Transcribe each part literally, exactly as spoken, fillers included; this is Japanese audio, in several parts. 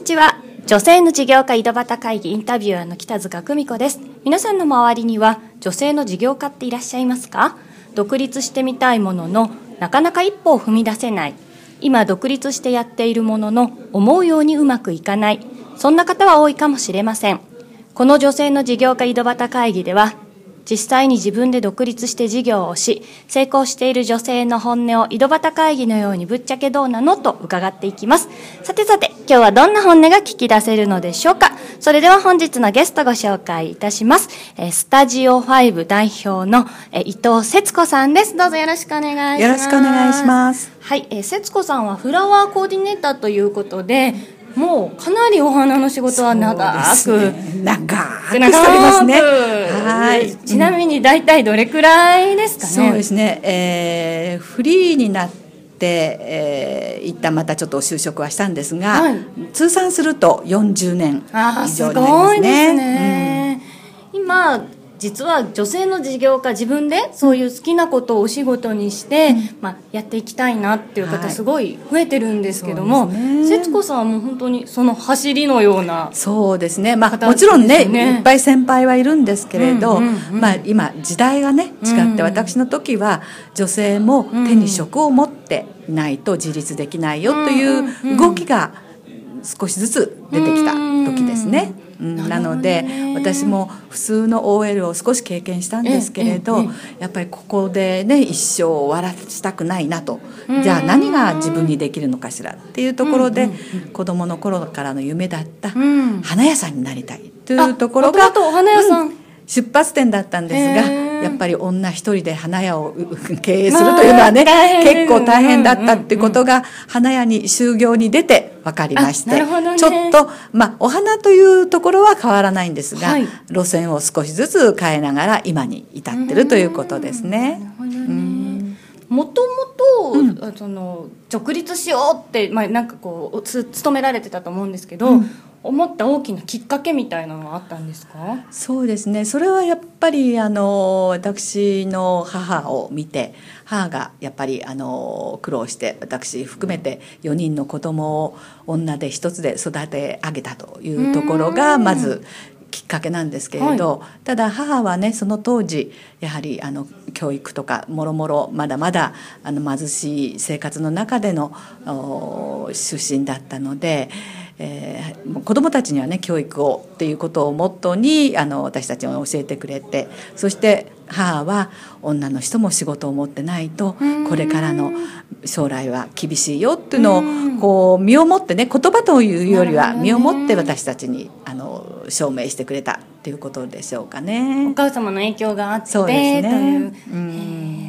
ちは。女性の事業家井戸端会議インタビュアーの北塚久美子です。皆さんの周りには女性の事業家っていらっしゃいますか？独立してみたいもののなかなか一歩を踏み出せない、今独立してやっているものの思うようにうまくいかない、そんな方は多いかもしれません。この女性の事業家井戸端会議では、実際に自分で独立して事業をし成功している女性の本音を井戸端会議のようにぶっちゃけどうなのと伺っていきます。さてさて、今日はどんな本音が聞き出せるのでしょうか。それでは本日のゲストご紹介いたします。スタジオファイブ代表の伊藤節子さんです。どうぞよろしくお願いします。 よろしくお願いします。 はい、えー、節子さんはフラワーコーディネーターということで、もうかなりお花の仕事は長く、 ね、長くしておりますね。 はい。ちなみに大体どれくらいですかね。 そうですね、えー、フリーになって、えー、一旦またちょっと就職はしたんですが、はい、通算するとよんじゅうねん以上になりますね。 すごいですね、うん、今実は女性の事業家、自分でそういう好きなことをお仕事にして、うんまあ、やっていきたいなっていう方すごい増えてるんですけども、はいね、節子さんはもう本当にその走りのような、 そうですね、まあ、もちろんねいっぱい先輩はいるんですけれど、うんうんうんまあ、今時代がね違って、私の時は女性も手に職を持っていないと自立できないよという動きが少しずつ出てきた時ですね。うん、なので私も普通の オーエル を少し経験したんですけれど、やっぱりここでね一生終わらせたくないなと、じゃあ何が自分にできるのかしらっていうところで、子どもの頃からの夢だった花屋さんになりたいというところが、 お花屋さん、 うん、出発点だったんですが、やっぱり女一人で花屋を経営するというのはね、結構大変だったっていうことが花屋に就業に出て分かりまして、ね、ちょっと、まあ、お花というところは変わらないんですが、はい、路線を少しずつ変えながら今に至ってるということですね。 もともとその独立しようって、まあ、なんかこう勤められてたと思うんですけど、うん思った大きなきっかけみたいなのはあったんですか？ そうですね、それはやっぱりあの私の母を見て、母がやっぱりあの苦労して私含めてよにんの子供を女で一つで育て上げたというところがまずきっかけなんですけれど、はい、ただ母はねその当時やはりあの教育とかもろもろまだまだあの貧しい生活の中での出身だったので、えー、子どもたちにはね教育をっていうことをモットーにあの私たちに教えてくれて、そして母は女の人も仕事を持ってないとこれからの将来は厳しいよっていうのをこう身をもってね、言葉というよりは身をもって私たちにあの証明してくれたっていうことでしょうかね。 お母様の影響があって、 そうですね、 という、うん、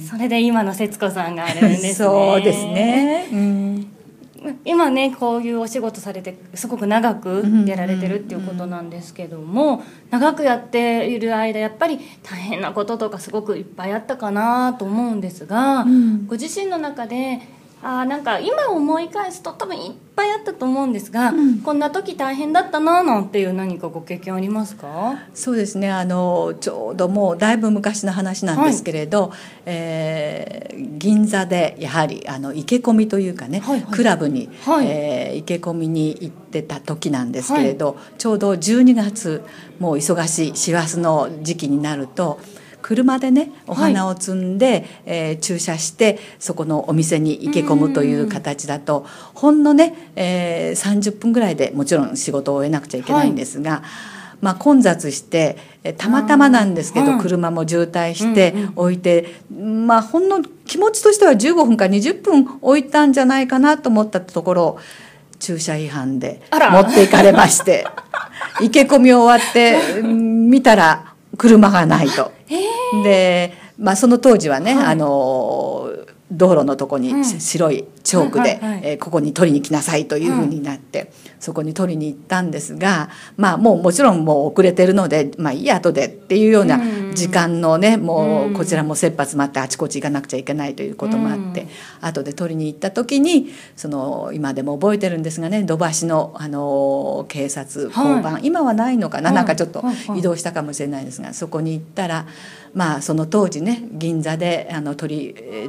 それで今の節子さんがあるんですね。 そうですね、うん今ねこういうお仕事されてすごく長くやられてるっていうことなんですけども、長くやっている間やっぱり大変なこととかすごくいっぱいあったかなと思うんですが、うん、ご自身の中であなんか今思い返すと多分いっぱいあったと思うんですが、うん、こんな時大変だったななんていう何かご経験ありますか？ そうですね、あのちょうどもうだいぶ昔の話なんですけれど、はいえー、銀座でやはりあの生け込みというかね、はいはい、クラブに、はいえー、生け込みに行ってた時なんですけれど、はい、ちょうどじゅうにがつもう忙しい師走の時期になると車でねお花を摘んで、はいえー、駐車してそこのお店に生け込むという形だとほんのね、えー、さんじゅっぷんぐらいでもちろん仕事を終えなくちゃいけないんですが、はいまあ、混雑してたまたまなんですけど車も渋滞して置いて、まあ、ほんの気持ちとしてはじゅうごふんかにじゅっぷん置いたんじゃないかなと思ったところ駐車違反で持っていかれまして生け込み終わって見たら車がないと。で、まあ、その当時はね、はい、あの道路のとこに白いチョークで、うんはいはいはいえー、ここに取りに来なさいというふうになって、うん、そこに取りに行ったんですが、まあ、もうもちろんもう遅れてるので、まあ、いいや後でっていうような時間のね、うん、もうこちらも切羽詰まってあちこち行かなくちゃいけないということもあって、うん、後で取りに行った時にその今でも覚えてるんですがね、土橋の、あの警察交番、はい、今はないのかな、はい、なんかちょっと移動したかもしれないですが、そこに行ったら、まあ、その当時ね銀座であの取り出入りし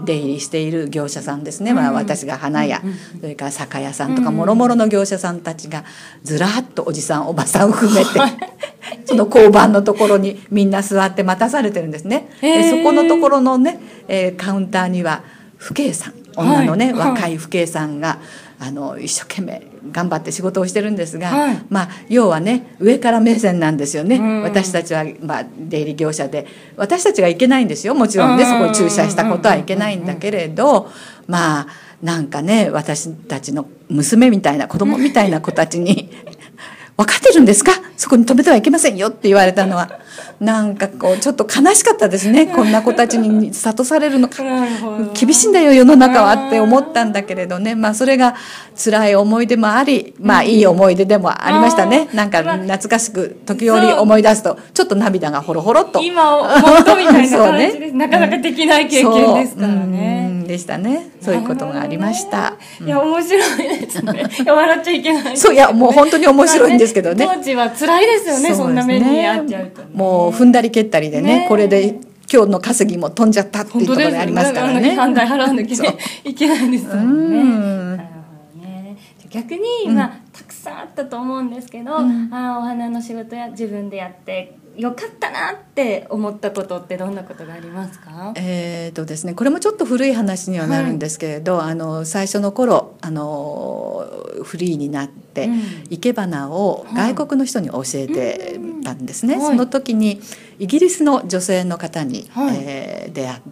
している業者さんですね、まあ、私が花屋、それから酒屋さんとかもろもろの業者さんたちがずらっとおじさんおばさんを含めてその交番のところにみんな座って待たされてるんですね。でそこのところのね、えー、カウンターには父兄さん、女のね、はい、若い父兄さんがあの一生懸命頑張って仕事をしてるんですが、はい、まあ要はね上から目線なんですよね。私たちは、まあ、出入り業者で私たちがいけないんですよ、もちろんね、そこに駐車したことはいけないんだけれど、まあなんかね私たちの娘みたいな子供みたいな子たちに分かってるんですか、そこに止めてはいけませんよって言われたのはなんかこうちょっと悲しかったですね。こんな子たちに諭されるのか厳しいんだよ世の中はって思ったんだけれどね、まあそれが辛い思い出もあり、まあいい思い出でもありましたね。なんか懐かしく時折思い出すとちょっと涙がほろほろっと今思うとみたいな感じです、ね、なかなかできない経験ですからね。 そう、うん、でしたね。そういうことがありました。 いや面白いですね。いや笑っちゃいけないです、ね、 そういやもう本当に面白いんですけどね。 当時は辛いですよね。 そ, ねそんな目に遭っちゃうと、ね、 もう踏んだり蹴ったりで ね, ねこれで今日の稼ぎも飛んじゃったっていうところでありますからね。 反対払わなきゃいけないんですよね。なるほどね。逆に今、うん、たくさんあったと思うんですけど、うん、あお花の仕事や自分でやってよかったなって思ったことってどんなことがありますか？ えーとですね、これもちょっと古い話にはなるんですけれど、はい、あの最初の頃あのフリーになって生け花を外国の人に教えてたんですね、はい、その時にイギリスの女性の方に、はいえー、出会って、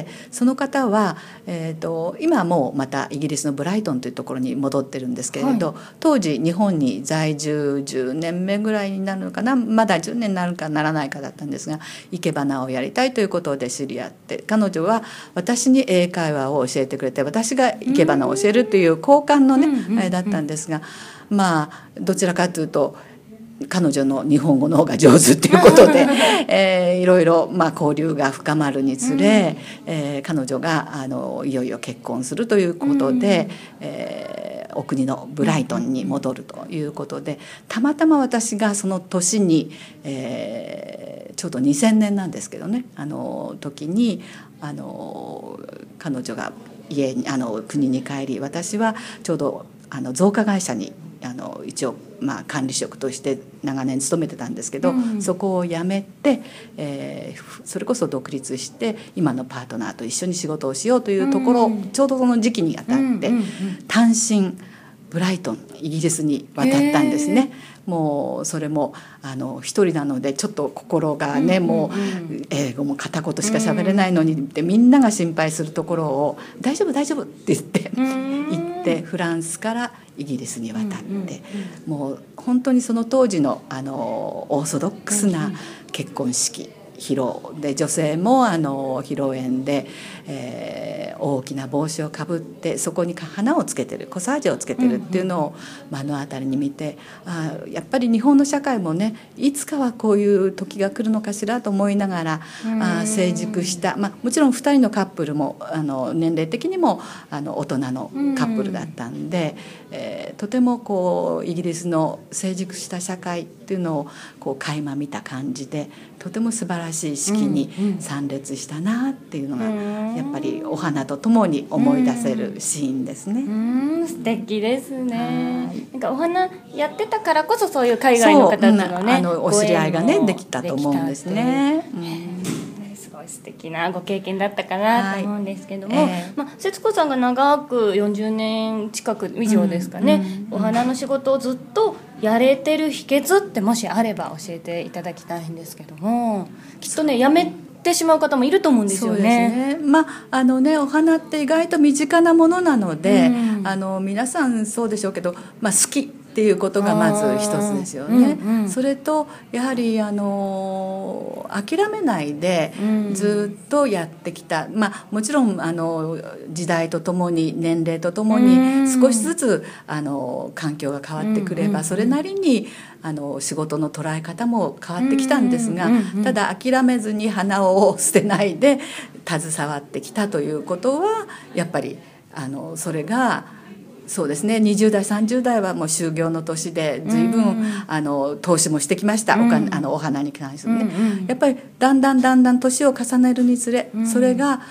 その方は、えーと、今はもうまたイギリスのブライトンというところに戻ってるんですけれど、はい、当時日本に在住じゅうねんめぐらいになるのかな、まだじゅうねんになるかならないかだったんですが、生け花をやりたいということで知り合って、彼女は私に英会話を教えてくれて、私が生け花を教えるという交換のね、あれだったんですが、まあどちらかというと彼女の日本語の方が上手っていうことで、えー、いろいろ、まあ、交流が深まるにつれ、うんえー、彼女があのいよいよ結婚するということで、うんえー、お国のブライトンに戻るということで、たまたま私がその年に、えー、ちょうどにせんねんなんですけどね、あの時にあの彼女が家にあの国に帰り、私はちょうどあの造花会社にあの一応、まあ、管理職として長年勤めてたんですけど、うん、そこを辞めて、えー、それこそ独立して今のパートナーと一緒に仕事をしようというところ、うん、ちょうどその時期にあたって、うんうんうん、単身ブライトンイギリスに渡ったんですね。もうそれもあの一人なのでちょっと心がね、うんうんうん、もう英語も片言しか喋れないのにって、みんなが心配するところを大丈夫大丈夫って言って行ってフランスからイギリスに渡って、うんうんうん、もう本当にその当時のあのオーソドックスな結婚式披露で、女性もあの披露宴で、えー、大きな帽子をかぶってそこに花をつけてるコサージュをつけてるっていうのを目の当たりに見て、あやっぱり日本の社会もねいつかはこういう時が来るのかしらと思いながら、あ成熟した、まあ、もちろんふたりのカップルもあの年齢的にもあの大人のカップルだったんで、えー、とてもこうイギリスの成熟した社会っていうのをこう垣間見た感じで、とても素晴らしい式に参列したなっていうのが、やっぱりお花とともに思い出せるシーンですね。 うん、素敵ですね。なんかお花やってたからこそそういう海外の方とのね、 あのお知り合いがねできたと思うんですね。 すごい素敵なご経験だったかなと思うんですけども、はいえーまあ、節子さんが長くよんじゅうねん近く以上ですかね、うんうん、お花の仕事をずっとやれてる秘訣ってもしあれば教えていただきたいんですけども、きっとねやめてしまう方もいると思うんですよね。そうですね、まああのね、お花って意外と身近なものなので、うん、あの皆さんそうでしょうけど、まあ、好きっていうことがまず一つですよね、うんうん、それとやはりあの諦めないでずっとやってきた、まあ、もちろんあの時代とともに年齢とともに少しずつあの環境が変わってくればそれなりにあの仕事の捉え方も変わってきたんですが、ただ諦めずに花を捨てないで携わってきたということはやっぱりあのそれがそうですね、にじゅう代さんじゅう代はもう就業の年で随分、うん、あの投資もしてきました、うん、お, 金あのお花に関してね、うんうん、やっぱりだんだんだんだん年を重ねるにつれ、うん、それが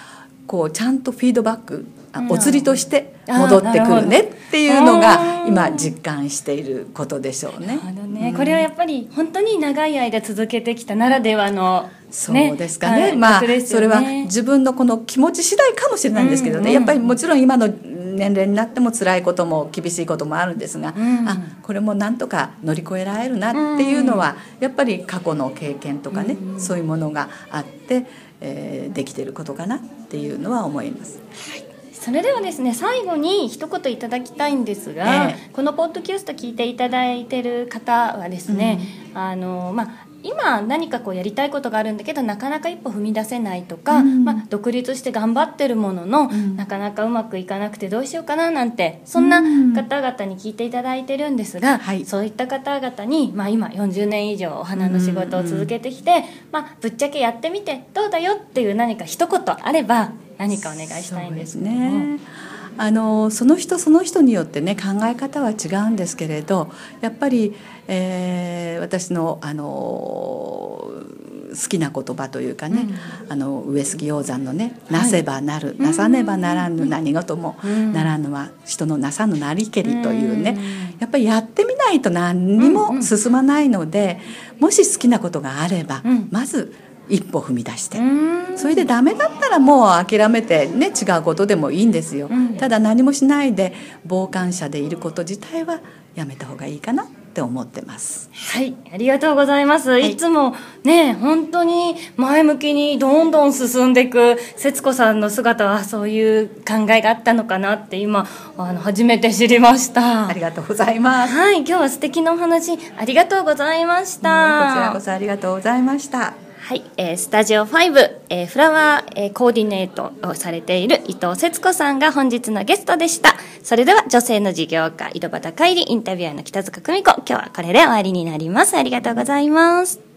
こうちゃんとフィードバック、お釣りとして戻ってくるねっていうのが今実感していることでしょうね。 なるほどね、うん、これはやっぱり本当に長い間続けてきたならではの、ね、 そうですかね、はい、まあそれは自分のこの気持ち次第かもしれないんですけどね、うんうん、やっぱりもちろん今の年齢になっても辛いことも厳しいこともあるんですが、うん、あこれもなんとか乗り越えられるなっていうのは、うん、やっぱり過去の経験とかね、うん、そういうものがあって、えー、できていることかなっていうのは思います。 はい、それではですね、最後に一言いただきたいんですが、えー、このポッドキャスト聞いていただいている方はですね、うん、あのまあ今何かこうやりたいことがあるんだけどなかなか一歩踏み出せないとか、うんまあ、独立して頑張ってるものの、うん、なかなかうまくいかなくてどうしようかななんてそんな方々に聞いていただいてるんですが、うん、そういった方々に、まあ、今よんじゅうねん以上お花の仕事を続けてきて、うんまあ、ぶっちゃけやってみてどうだよっていう何か一言あれば何かお願いしたいんですけども。そうですね、 あのその人その人によってね考え方は違うんですけれど、やっぱり、えー、私の、あの好きな言葉というかね、うん、あの上杉鷹山のね、なせばなる、はい、なさねばならぬ、何事もならぬは人のなさぬなりけりというね、うん、やっぱりやってみないと何にも進まないので、うんうん、もし好きなことがあれば、うん、まず一歩踏み出して、それでダメだったらもう諦めてね、違うことでもいいんですよ、うん、ただ何もしないで傍観者でいること自体はやめた方がいいかなって思ってます。 はい、ありがとうございます、はい、いつもね本当に前向きにどんどん進んでいく節子さんの姿はそういう考えがあったのかなって今あの初めて知りました。 ありがとうございます。 はい、今日は素敵なお話ありがとうございました。 こちらこそありがとうございました。 はい、えー、スタジオファイブ、えー、フラワー、えー、コーディネートをされている伊藤節子さんが本日のゲストでした。それでは女性の事業家井戸端会理インタビュアーの北塚久美子、今日はこれで終わりになります。ありがとうございます。